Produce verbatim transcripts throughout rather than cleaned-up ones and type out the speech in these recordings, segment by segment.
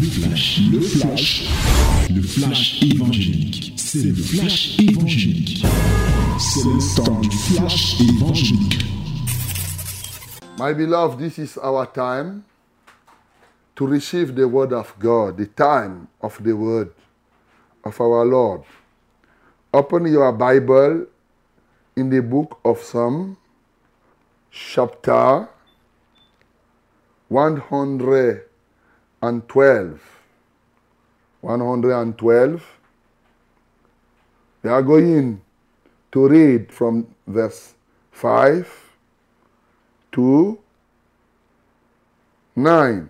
flash, le flash, le flash évangélique. C'est le flash évangélique. C'est le temps du flash évangélique. My beloved, this is our time to receive the word of God, the time of the word of our Lord. Open your Bible in the book of Psalm, chapter one hundred twelve. one hundred twelve. We are going to read from verse five to nine.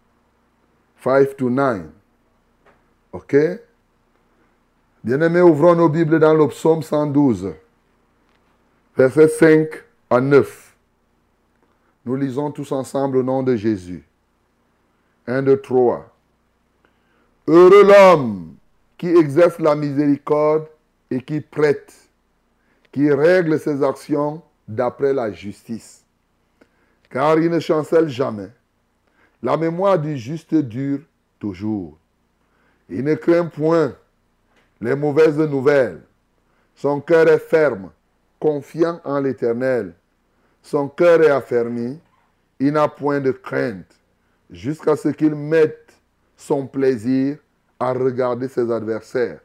five to nine. OK? Bien-aimés, ouvrons nos Bibles dans le psaume cent douze, versets cinq à neuf. Nous lisons tous ensemble au nom de Jésus. un, deux, trois. Heureux l'homme qui exerce la miséricorde et qui prête, qui règle ses actions d'après la justice. Car il ne chancelle jamais. La mémoire du juste dure toujours. Il ne craint point les mauvaises nouvelles. Son cœur est ferme, confiant en l'Éternel. Son cœur est affermi, il n'a point de crainte, jusqu'à ce qu'il mette son plaisir à regarder ses adversaires.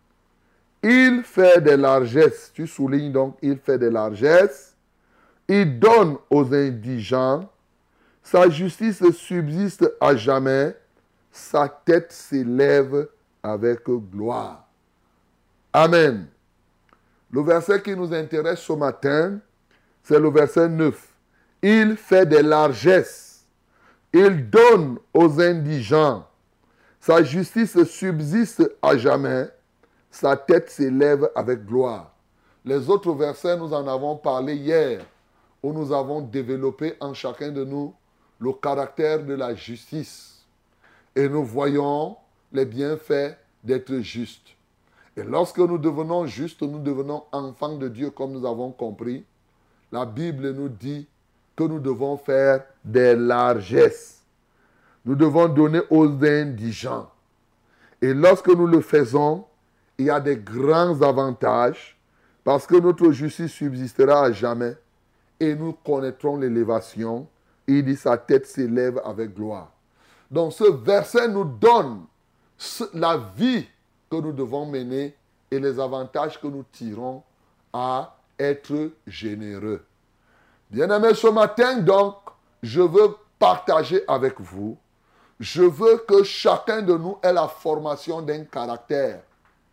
Il fait des largesses, tu soulignes donc, il fait des largesses, il donne aux indigents, sa justice subsiste à jamais, sa tête s'élève avec gloire. Amen. Le verset qui nous intéresse ce matin, c'est le verset neuf. Il fait des largesses, il donne aux indigents, sa justice subsiste à jamais, sa tête s'élève avec gloire. Les autres versets, nous en avons parlé hier, où nous avons développé en chacun de nous le caractère de la justice. Et nous voyons les bienfaits d'être juste. Et lorsque nous devenons justes, nous devenons enfants de Dieu, comme nous avons compris. La Bible nous dit que nous devons faire des largesses. Nous devons donner aux indigents. Et lorsque nous le faisons, il y a des grands avantages parce que notre justice subsistera à jamais et nous connaîtrons l'élévation. Il dit sa tête s'élève avec gloire. Donc ce verset nous donne la vie que nous devons mener et les avantages que nous tirons à être généreux. Bien-aimés, ce matin donc, je veux partager avec vous. Je veux que chacun de nous ait la formation d'un caractère.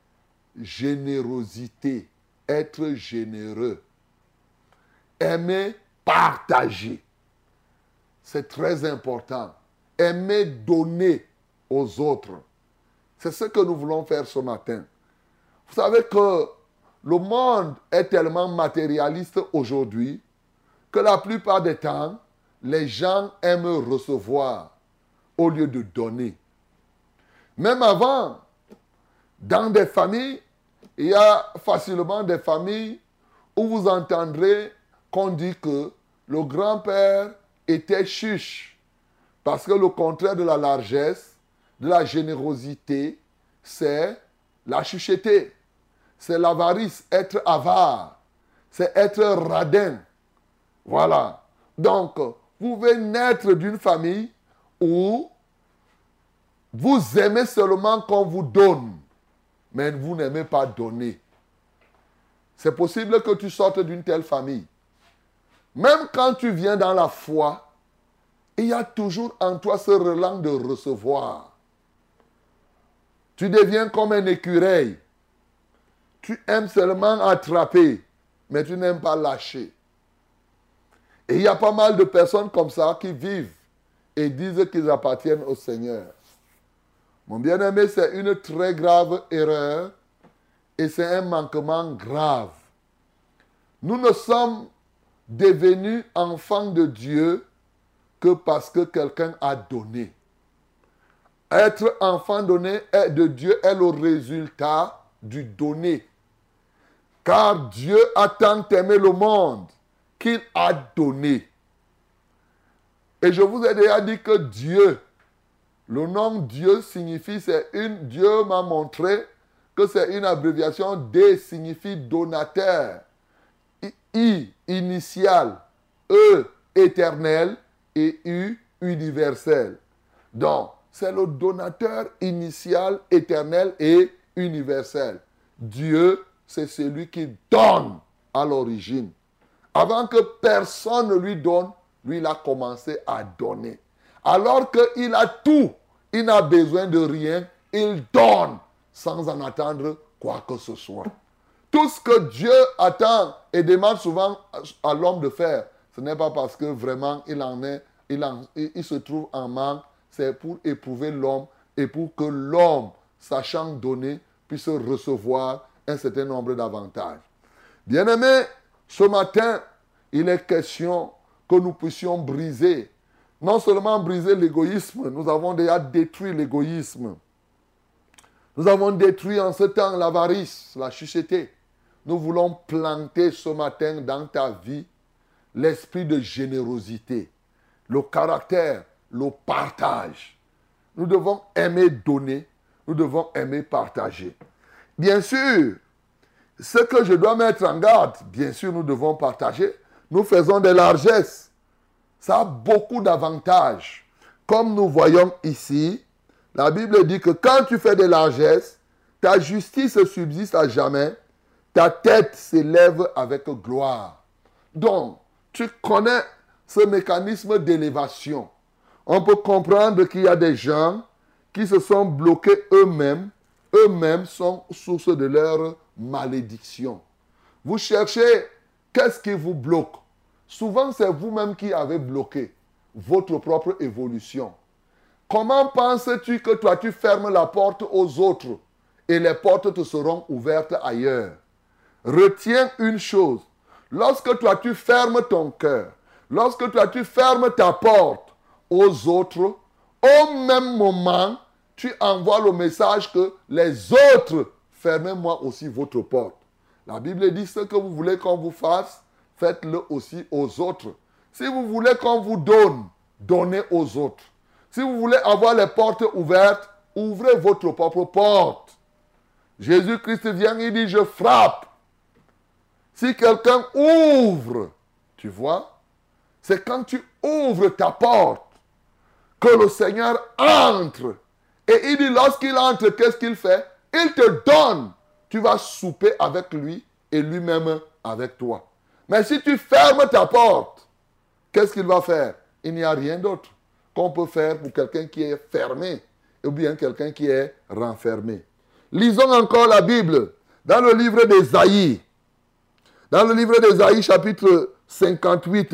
Générosité, être généreux. Aimer partager. C'est très important. Aimer donner aux autres. C'est ce que nous voulons faire ce matin. Vous savez que le monde est tellement matérialiste aujourd'hui que la plupart des temps, les gens aiment recevoir au lieu de donner. Même avant, dans des familles, il y a facilement des familles où vous entendrez qu'on dit que le grand-père était chuche. Parce que le contraire de la largesse, de la générosité, c'est la chucheté. C'est l'avarice, être avare. C'est être radin. Voilà. Donc, vous pouvez naître d'une famille où vous aimez seulement qu'on vous donne, mais vous n'aimez pas donner. C'est possible que tu sortes d'une telle famille. Même quand tu viens dans la foi, il y a toujours en toi ce relent de recevoir. Tu deviens comme un écureuil. Tu aimes seulement attraper, mais tu n'aimes pas lâcher. Et il y a pas mal de personnes comme ça qui vivent et disent qu'ils appartiennent au Seigneur. Mon bien-aimé, c'est une très grave erreur et c'est un manquement grave. Nous ne sommes devenus enfants de Dieu que parce que quelqu'un a donné. Être enfant donné de Dieu est le résultat du donné. Car Dieu a tant aimé le monde qu'il a donné. Et je vous ai déjà dit que Dieu, Le nom Dieu signifie, c'est une, Dieu m'a montré que c'est une abréviation. D signifie donateur. I, initial. E, éternel. Et U, universel. Donc, c'est le donateur initial, éternel et universel. Dieu, c'est celui qui donne à l'origine. Avant que personne ne lui donne, lui, il a commencé à donner. Alors qu'il a tout, il n'a besoin de rien, il donne sans en attendre quoi que ce soit. Tout ce que Dieu attend et demande souvent à l'homme de faire, ce n'est pas parce que vraiment il en est, il, en, il se trouve en manque, c'est pour éprouver l'homme et pour que l'homme, sachant donner, puisse recevoir un certain nombre d'avantages. Bien-aimés, ce matin, il est question que nous puissions briser, non seulement briser l'égoïsme, nous avons déjà détruit l'égoïsme. Nous avons détruit en ce temps l'avarice, la chucheté. Nous voulons planter ce matin dans ta vie l'esprit de générosité, le caractère, le partage. Nous devons aimer donner, nous devons aimer partager. Bien sûr, ce que je dois mettre en garde, bien sûr, nous devons partager. Nous faisons des largesses. Ça a beaucoup d'avantages. Comme nous voyons ici, la Bible dit que quand tu fais des largesses, ta justice subsiste à jamais, ta tête s'élève avec gloire. Donc, tu connais ce mécanisme d'élévation. On peut comprendre qu'il y a des gens qui se sont bloqués eux-mêmes. Eux-mêmes sont source de leur malédiction. Vous cherchez, qu'est-ce qui vous bloque? Souvent, c'est vous-même qui avez bloqué votre propre évolution. Comment penses-tu que toi, tu fermes la porte aux autres et les portes te seront ouvertes ailleurs? Retiens une chose. Lorsque toi, tu fermes ton cœur, lorsque toi, tu fermes ta porte aux autres, au même moment, tu envoies le message que les autres, fermez-moi aussi votre porte. La Bible dit ce que vous voulez qu'on vous fasse, faites-le aussi aux autres. Si vous voulez qu'on vous donne, donnez aux autres. Si vous voulez avoir les portes ouvertes, ouvrez votre propre porte. Jésus-Christ vient, il dit, je frappe. Si quelqu'un ouvre, tu vois, c'est quand tu ouvres ta porte que le Seigneur entre. Et il dit, lorsqu'il entre, qu'est-ce qu'il fait? Il te donne. Tu vas souper avec lui et lui-même avec toi. Mais si tu fermes ta porte, qu'est-ce qu'il va faire? Il n'y a rien d'autre qu'on peut faire pour quelqu'un qui est fermé ou bien quelqu'un qui est renfermé. Lisons encore la Bible dans le livre d'Ésaïe. Dans le livre d'Ésaïe, chapitre cinquante-huit,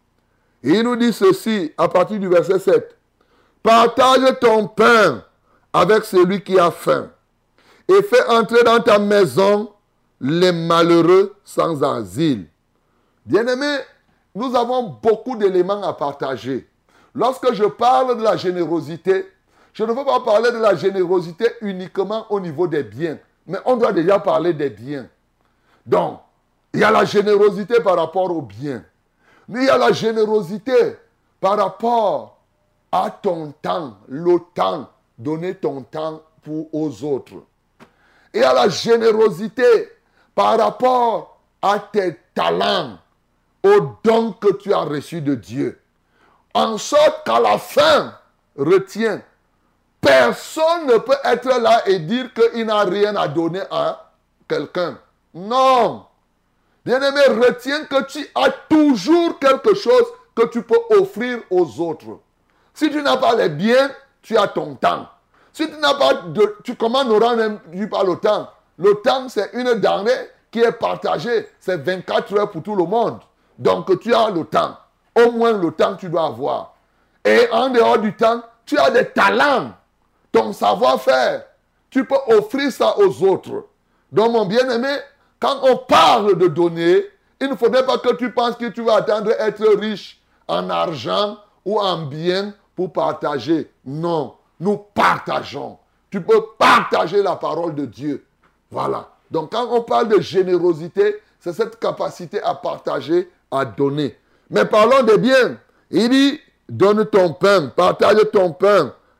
il nous dit ceci à partir du verset sept. Partage ton pain avec celui qui a faim et fais entrer dans ta maison les malheureux sans asile. Bien-aimés, nous avons beaucoup d'éléments à partager. Lorsque je parle de la générosité, je ne veux pas parler de la générosité uniquement au niveau des biens, mais on doit déjà parler des biens. Donc, il y a la générosité par rapport aux biens. Mais il y a la générosité par rapport à ton temps, le temps, donner ton temps pour aux autres. Il y a la générosité par rapport à tes talents, aux dons que tu as reçus de Dieu. En sorte qu'à la fin, retiens, personne ne peut être là et dire qu'il n'a rien à donner à quelqu'un. Non. Bien-aimé, retiens que tu as toujours quelque chose que tu peux offrir aux autres. Si tu n'as pas les biens, tu as ton temps. Si tu n'as pas de... Tu, comment n'auras même pas le temps? Le temps, c'est une denrée qui est partagée. C'est vingt-quatre heures pour tout le monde. Donc, tu as le temps. Au moins, le temps, tu dois avoir. Et en dehors du temps, tu as des talents. Ton savoir-faire. Tu peux offrir ça aux autres. Donc, mon bien-aimé, quand on parle de donner, il ne faudrait pas que tu penses que tu vas attendre être riche en argent ou en biens pour partager. Non, nous partageons. Tu peux partager la parole de Dieu. Voilà. Donc quand on parle de générosité, c'est cette capacité à partager, à donner. Mais parlons des biens. Il dit, donne ton pain, partage ton pain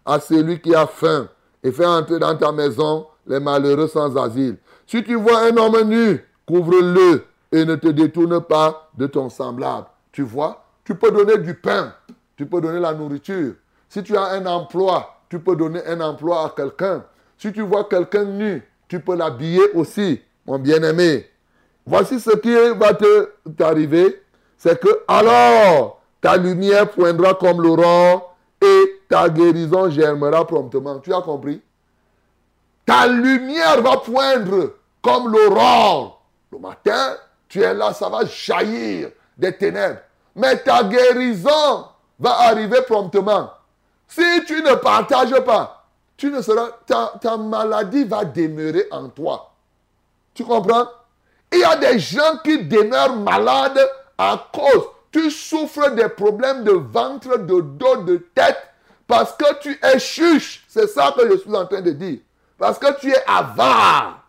à celui qui a faim et fais entrer dans ta maison les malheureux sans asile. Si tu vois un homme nu, couvre-le et ne te détourne pas de ton semblable. Tu vois, tu peux donner du pain, tu peux donner la nourriture. Si tu as un emploi, tu peux donner un emploi à quelqu'un. Si tu vois quelqu'un nu, tu peux l'habiller aussi, mon bien-aimé. Voici ce qui va te, t'arriver, c'est que alors ta lumière poindra comme l'aurore et ta guérison germera promptement. Tu as compris? Ta lumière va poindre comme l'aurore. Le matin, tu es là, ça va jaillir des ténèbres. Mais ta guérison va arriver promptement. Si tu ne partages pas, tu ne seras, ta, ta maladie va demeurer en toi. Tu comprends? Il y a des gens qui demeurent malades à cause. Tu souffres des problèmes de ventre, de dos, de tête, parce que tu es chuche. C'est ça que je suis en train de dire. Parce que tu es avare.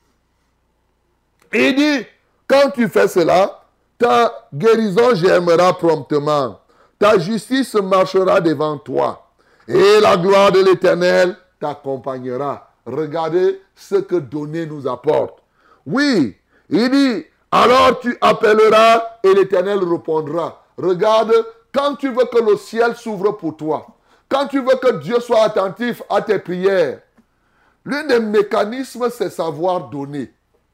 Il dit, quand tu fais cela, ta guérison germera promptement. Ta justice marchera devant toi. Et la gloire de l'Éternel t'accompagnera. Regardez ce que donner nous apporte. Oui, il dit, alors tu appelleras et l'Éternel répondra. Regarde, quand tu veux que le ciel s'ouvre pour toi, quand tu veux que Dieu soit attentif à tes prières, l'un des mécanismes, c'est savoir donner.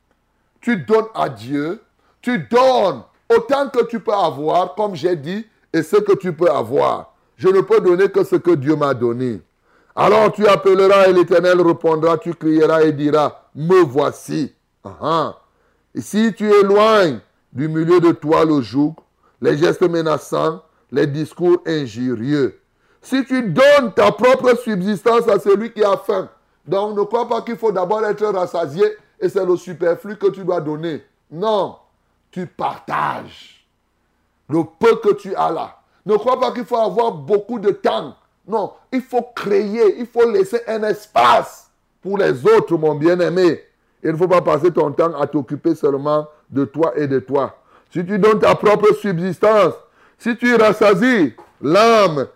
Tu donnes à Dieu, tu donnes autant que tu peux avoir, comme j'ai dit, et ce que tu peux avoir. Je ne peux donner que ce que Dieu m'a donné. Alors tu appelleras et l'Éternel répondra, tu crieras et diras, me voici. Uh-huh. Et si tu éloignes du milieu de toi le joug, les gestes menaçants, les discours injurieux, si tu donnes ta propre subsistance à celui qui a faim, donc ne crois pas qu'il faut d'abord être rassasié et c'est le superflu que tu dois donner. Non, tu partages le peu que tu as là. Ne crois pas qu'il faut avoir beaucoup de temps. Non, il faut créer, il faut laisser un espace pour les autres, mon bien-aimé. Il ne faut pas passer ton temps à t'occuper seulement de toi et de toi. Si tu donnes ta propre subsistance, si tu rassasies l'âme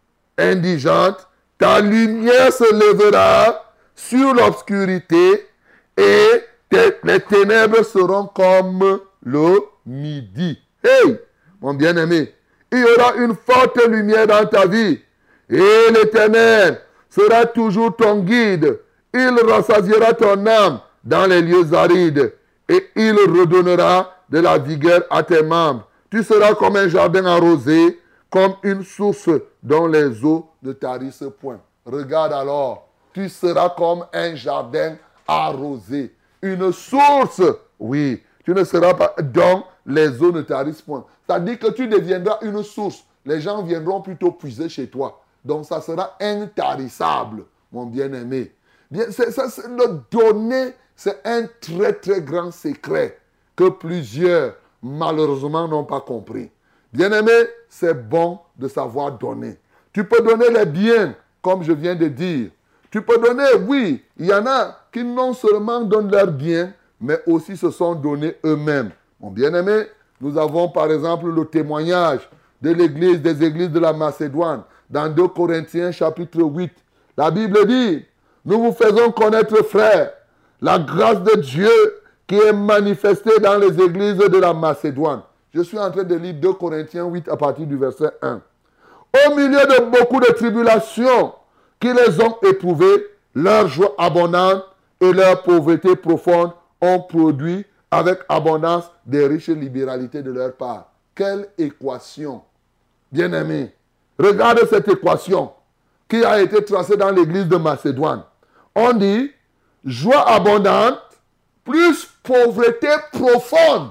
indigente, ta lumière se lèvera sur l'obscurité et tes, les ténèbres seront comme le midi. Hey, mon bien-aimé, il y aura une forte lumière dans ta vie et l'Éternel sera toujours ton guide. Il rassasiera ton âme dans les lieux arides et il redonnera de la vigueur à tes membres. Tu seras comme un jardin arrosé, comme une source dont les eaux ne tarissent point. Regarde alors, tu seras comme un jardin arrosé, une source, oui, tu ne seras pas dont les eaux ne tarissent point. C'est-à-dire que tu deviendras une source. Les gens viendront plutôt puiser chez toi. Donc ça sera intarissable, mon bien-aimé. Bien, c'est, ça, c'est le donner, c'est un très très grand secret que plusieurs malheureusement n'ont pas compris. Bien-aimé, c'est bon de savoir donner. Tu peux donner les biens, comme je viens de dire. Tu peux donner, oui, il y en a qui non seulement donnent leurs biens, mais aussi se sont donnés eux-mêmes. Mon bien-aimé, nous avons par exemple le témoignage de l'église, des églises de la Macédoine, dans deux Corinthiens chapitre huit. La Bible dit, nous vous faisons connaître, frères, la grâce de Dieu qui est manifestée dans les églises de la Macédoine. Je suis en train de lire deux Corinthiens huit à partir du verset un. Au milieu de beaucoup de tribulations qui les ont éprouvées, leur joie abondante et leur pauvreté profonde ont produit avec abondance des riches libéralités de leur part. Quelle équation, bien-aimés. Regarde cette équation qui a été tracée dans l'église de Macédoine. On dit, joie abondante plus pauvreté profonde.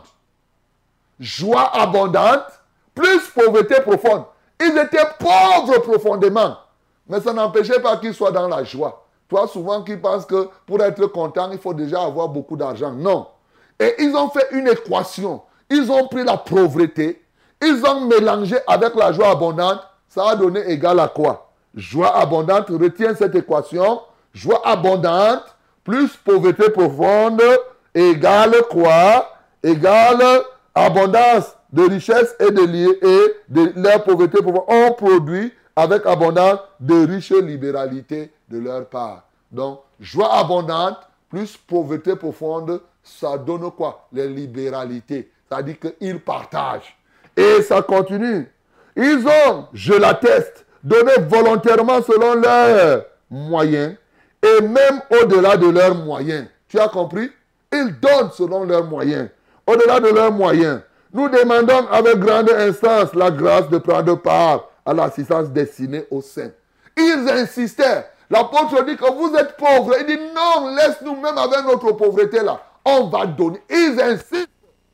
Joie abondante plus pauvreté profonde. Ils étaient pauvres profondément. Mais ça n'empêchait pas qu'ils soient dans la joie. Toi, souvent, qui pensent que pour être content, il faut déjà avoir beaucoup d'argent. Non. Et ils ont fait une équation. Ils ont pris la pauvreté. Ils ont mélangé avec la joie abondante. Ça a donné égal à quoi? Joie abondante, retiens cette équation. Joie abondante plus pauvreté profonde égale quoi? Égale abondance de richesse et de, et de leur pauvreté profonde. On produit avec abondance de riche libéralité de leur part. Donc, joie abondante plus pauvreté profonde, ça donne quoi? Les libéralités. C'est-à-dire qu'ils partagent. Et ça continue. Ils ont, je l'atteste, donné volontairement selon leurs moyens et même au-delà de leurs moyens. Tu as compris? Ils donnent selon leurs moyens. Au-delà de leurs moyens. Nous demandons avec grande instance la grâce de prendre part à l'assistance destinée aux saints. Ils insistaient. L'apôtre dit que vous êtes pauvres. Il dit non, laisse-nous même avec notre pauvreté là. On va donner. Ils insistent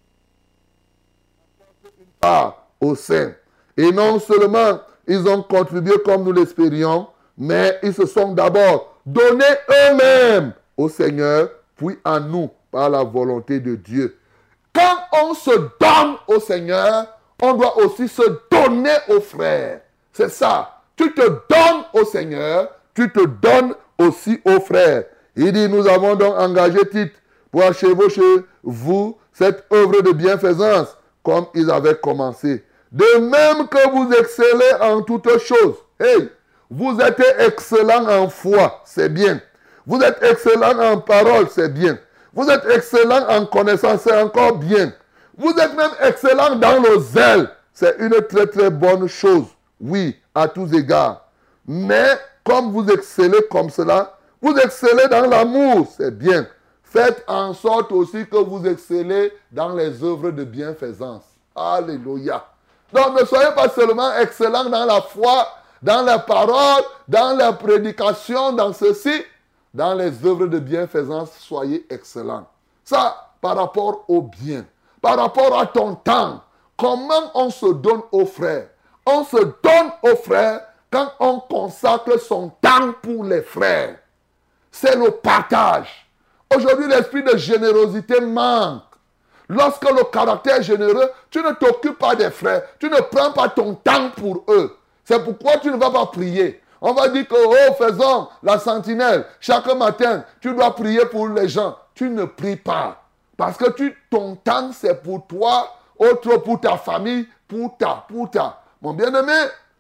part aux saints. Et non seulement ils ont contribué comme nous l'espérions, mais ils se sont d'abord donnés eux-mêmes au Seigneur, puis à nous par la volonté de Dieu. Quand on se donne au Seigneur, on doit aussi se donner aux frères. C'est ça. Tu te donnes au Seigneur, tu te donnes aussi aux frères. Il dit, nous avons donc engagé Tite pour achever chez vous cette œuvre de bienfaisance, comme ils avaient commencé. De même que vous excellez en toutes choses. Hey, vous êtes excellents en foi, c'est bien. Vous êtes excellents en parole, c'est bien. Vous êtes excellents en connaissance, c'est encore bien. Vous êtes même excellents dans le zèle. C'est une très très bonne chose. Oui, à tous égards. Mais comme vous excellez comme cela, vous excellez dans l'amour, c'est bien. Faites en sorte aussi que vous excellez dans les œuvres de bienfaisance. Alléluia. Donc ne soyez pas seulement excellents dans la foi, dans la parole, dans la prédication, dans ceci. Dans les œuvres de bienfaisance, soyez excellents. Ça, par rapport au bien. Par rapport à ton temps. Comment on se donne aux frères? On se donne aux frères quand on consacre son temps pour les frères. C'est le partage. Aujourd'hui, l'esprit de générosité manque. Lorsque le caractère est généreux, tu ne t'occupes pas des frères. Tu ne prends pas ton temps pour eux. C'est pourquoi tu ne vas pas prier. On va dire que, oh, faisons la sentinelle. Chaque matin, tu dois prier pour les gens. Tu ne pries pas. Parce que tu, ton temps, c'est pour toi, autre pour ta famille, pour ta, pour ta. Mon bien-aimé,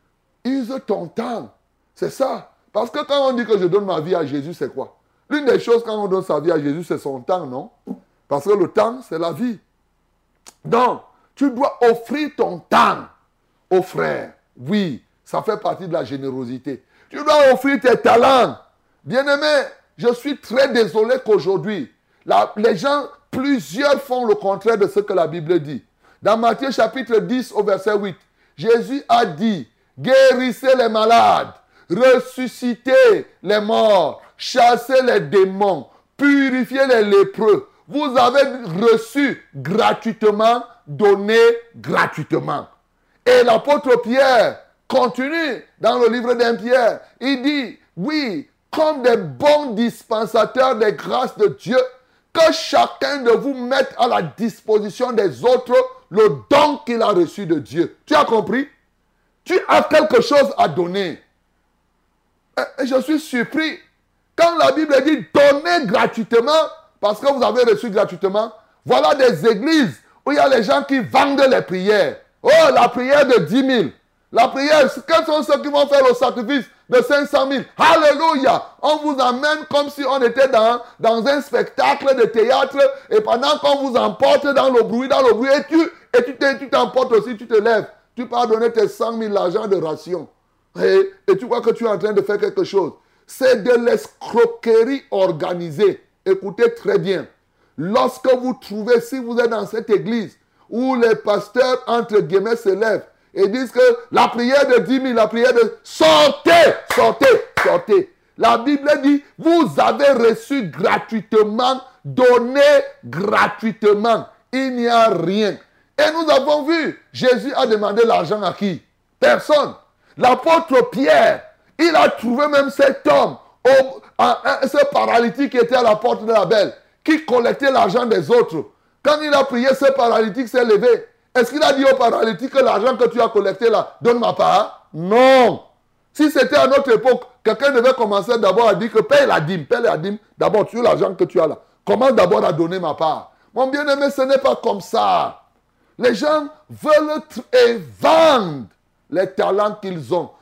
use ton temps. C'est ça. Parce que quand on dit que je donne ma vie à Jésus, c'est quoi? L'une des choses quand on donne sa vie à Jésus, c'est son temps, non? Parce que le temps, c'est la vie. Donc, tu dois offrir ton temps aux frères. Oui, ça fait partie de la générosité. Tu dois offrir tes talents. Bien-aimé, je suis très désolé qu'aujourd'hui, la, les gens, plusieurs font le contraire de ce que la Bible dit. Dans Matthieu chapitre dix au verset huit, Jésus a dit, guérissez les malades, ressuscitez les morts, chassez les démons, purifiez les lépreux. Vous avez reçu gratuitement, donné gratuitement. Et l'apôtre Pierre continue dans le livre d'un Pierre. Il dit, oui, comme des bons dispensateurs des grâces de Dieu, que chacun de vous mette à la disposition des autres le don qu'il a reçu de Dieu. Tu as compris? Tu as quelque chose à donner. Et je suis surpris. Quand la Bible dit donnez gratuitement, parce que vous avez reçu gratuitement, voilà des églises où il y a les gens qui vendent les prières. Oh, la prière de dix mille. La prière, quels sont ceux qui vont faire le sacrifice de cinq cent mille? Alléluia! On vous amène comme si on était dans, dans un spectacle de théâtre et pendant qu'on vous emporte dans le bruit, dans le bruit, et tu et tu, te, tu t'emportes aussi, tu te lèves. Tu pars donner tes cent mille l'argent de ration. Et, et tu vois que tu es en train de faire quelque chose. C'est de l'escroquerie organisée. Écoutez très bien. Lorsque vous trouvez, si vous êtes dans cette église où les pasteurs, entre guillemets, se lèvent et disent que la prière de dix mille, la prière de... Sortez, sortez, sortez. La Bible dit, vous avez reçu gratuitement, donné gratuitement. Il n'y a rien. Et nous avons vu, Jésus a demandé l'argent à qui? Personne. L'apôtre Pierre, il a trouvé même cet homme, au, à, à, ce paralytique qui était à la porte de la belle, qui collectait l'argent des autres. Quand il a prié, ce paralytique s'est levé. Est-ce qu'il a dit au paralytique que l'argent que tu as collecté là, donne ma part? Non. Si c'était à notre époque, quelqu'un devait commencer d'abord à dire que paye la dîme, paye la dîme, d'abord sur l'argent que tu as là. Commence d'abord à donner ma part. Mon bien-aimé, ce n'est pas comme ça. Les gens veulent et vendent les talents qu'ils ont.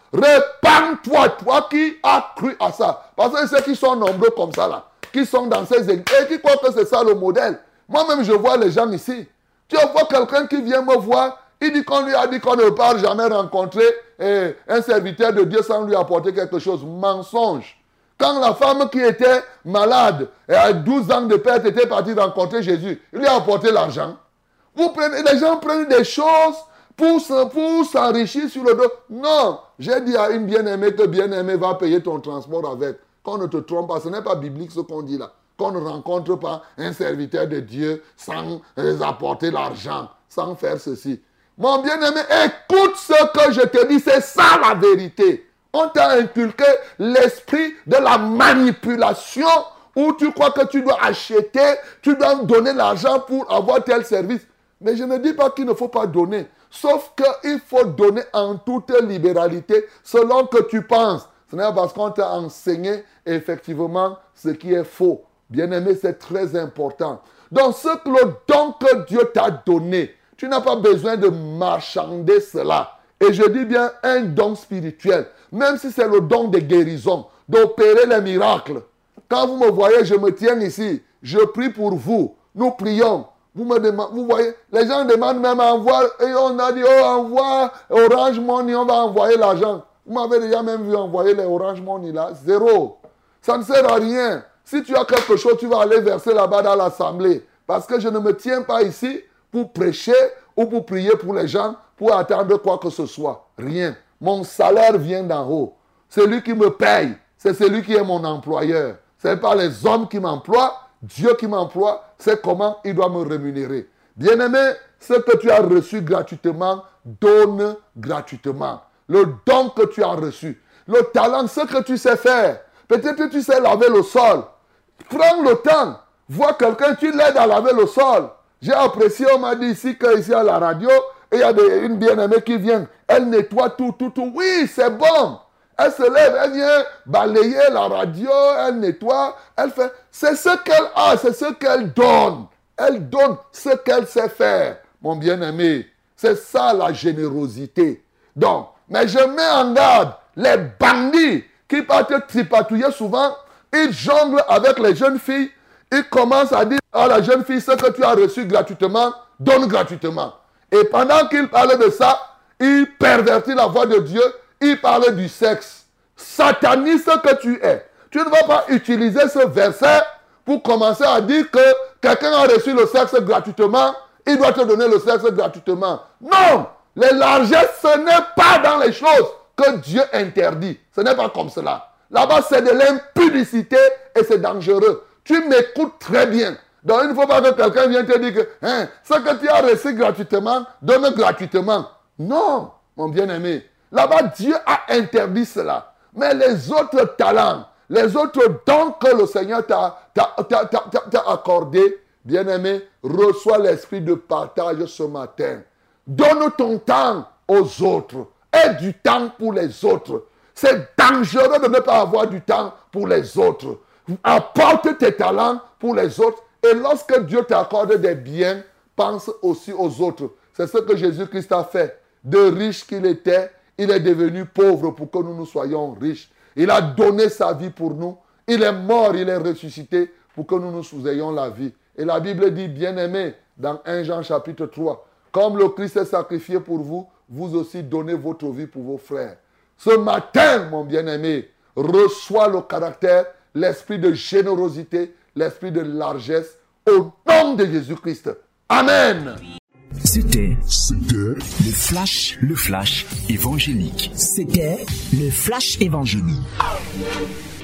Répands-toi, toi qui as cru à ça. Parce que ceux qui sont nombreux comme ça, là, qui sont dans ces églises, et qui croient que c'est ça le modèle. Moi-même, je vois les gens ici. Tu vois quelqu'un qui vient me voir, il dit qu'on lui a dit qu'on ne peut jamais rencontrer eh, un serviteur de Dieu sans lui apporter quelque chose. Mensonge. Quand la femme qui était malade et à douze ans de perte était partie rencontrer Jésus, il lui a apporté l'argent. Vous prenez, les gens prennent des choses pour, pour s'enrichir sur le dos. Non, j'ai dit à une bien-aimée que bien-aimée va payer ton transport avec. Qu'on ne te trompe pas, ce n'est pas biblique ce qu'on dit là. Qu'on ne rencontre pas un serviteur de Dieu sans les apporter l'argent, sans faire ceci. Mon bien-aimé, écoute ce que je te dis, c'est ça la vérité. On t'a inculqué l'esprit de la manipulation où tu crois que tu dois acheter, tu dois donner l'argent pour avoir tel service. Mais je ne dis pas qu'il ne faut pas donner. Sauf qu'il faut donner en toute libéralité selon que tu penses. Ce n'est pas parce qu'on t'a enseigné effectivement ce qui est faux. Bien-aimé, c'est très important. Donc, ce que le don que Dieu t'a donné, tu n'as pas besoin de marchander cela. Et je dis bien un don spirituel. Même si c'est le don de guérison, d'opérer les miracles. Quand vous me voyez, je me tiens ici. Je prie pour vous. Nous prions. Vous me demandez, vous voyez, les gens demandent même à envoyer. Et on a dit, oh, envoie Orange Money, on va envoyer l'argent. Vous m'avez déjà même vu envoyer les Orange Money là. Zéro. Ça ne sert à rien. Si tu as quelque chose, tu vas aller verser là-bas dans l'assemblée. Parce que je ne me tiens pas ici pour prêcher ou pour prier pour les gens, pour attendre quoi que ce soit. Rien. Mon salaire vient d'en haut. Celui qui me paye, c'est celui qui est mon employeur. Ce n'est pas les hommes qui m'emploient, Dieu qui m'emploie, c'est comment il doit me rémunérer. Bien-aimé, ce que tu as reçu gratuitement, donne gratuitement. Le don que tu as reçu, le talent, ce que tu sais faire. Peut-être que tu sais laver le sol. Prends le temps. Vois quelqu'un, tu l'aides à laver le sol. J'ai apprécié, on m'a dit ici qu'ici à la radio, il y a des, une bien-aimée qui vient. Elle nettoie tout, tout, tout. Oui, c'est bon. Elle se lève, elle vient balayer la radio, elle nettoie, elle fait. C'est ce qu'elle a, c'est ce qu'elle donne. Elle donne ce qu'elle sait faire, mon bien-aimé. C'est ça la générosité. Donc, mais je mets en garde les bandits qui partent tripatouiller souvent. Ils jonglent avec les jeunes filles. Ils commencent à dire à la jeune fille, ce que tu as reçu gratuitement, donne gratuitement. Et pendant qu'ils parlent de ça, ils pervertissent la voix de Dieu. Ils parlent du sexe. Satanise ce que tu es. Tu ne vas pas utiliser ce verset pour commencer à dire que quelqu'un a reçu le sexe gratuitement, il doit te donner le sexe gratuitement. Non! Les largesses, ce n'est pas dans les choses que Dieu interdit. Ce n'est pas comme cela. Là-bas, c'est de l'impudicité et c'est dangereux. Tu m'écoutes très bien. Donc, il ne faut pas que quelqu'un vienne te dire que hein, ce que tu as reçu gratuitement, donne gratuitement. Non, mon bien-aimé. Là-bas, Dieu a interdit cela. Mais les autres talents, les autres dons que le Seigneur t'a, t'a, t'a, t'a, t'a accordé, bien-aimé, reçois l'esprit de partage ce matin. Donne ton temps aux autres. Aie du temps pour les autres. C'est dangereux de ne pas avoir du temps pour les autres. Apporte tes talents pour les autres. Et lorsque Dieu t'accorde des biens, pense aussi aux autres. C'est ce que Jésus-Christ a fait. De riche qu'il était, il est devenu pauvre pour que nous nous soyons riches. Il a donné sa vie pour nous. Il est mort, il est ressuscité pour que nous nous ayons la vie. Et la Bible dit, bien-aimé, dans premier Jean chapitre trois, comme le Christ est sacrifié pour vous, vous aussi donnez votre vie pour vos frères. Ce matin, mon bien-aimé, reçois le caractère, l'esprit de générosité, l'esprit de largesse, au nom de Jésus-Christ. Amen. C'était, C'était le flash, le flash évangélique. C'était le flash évangélique.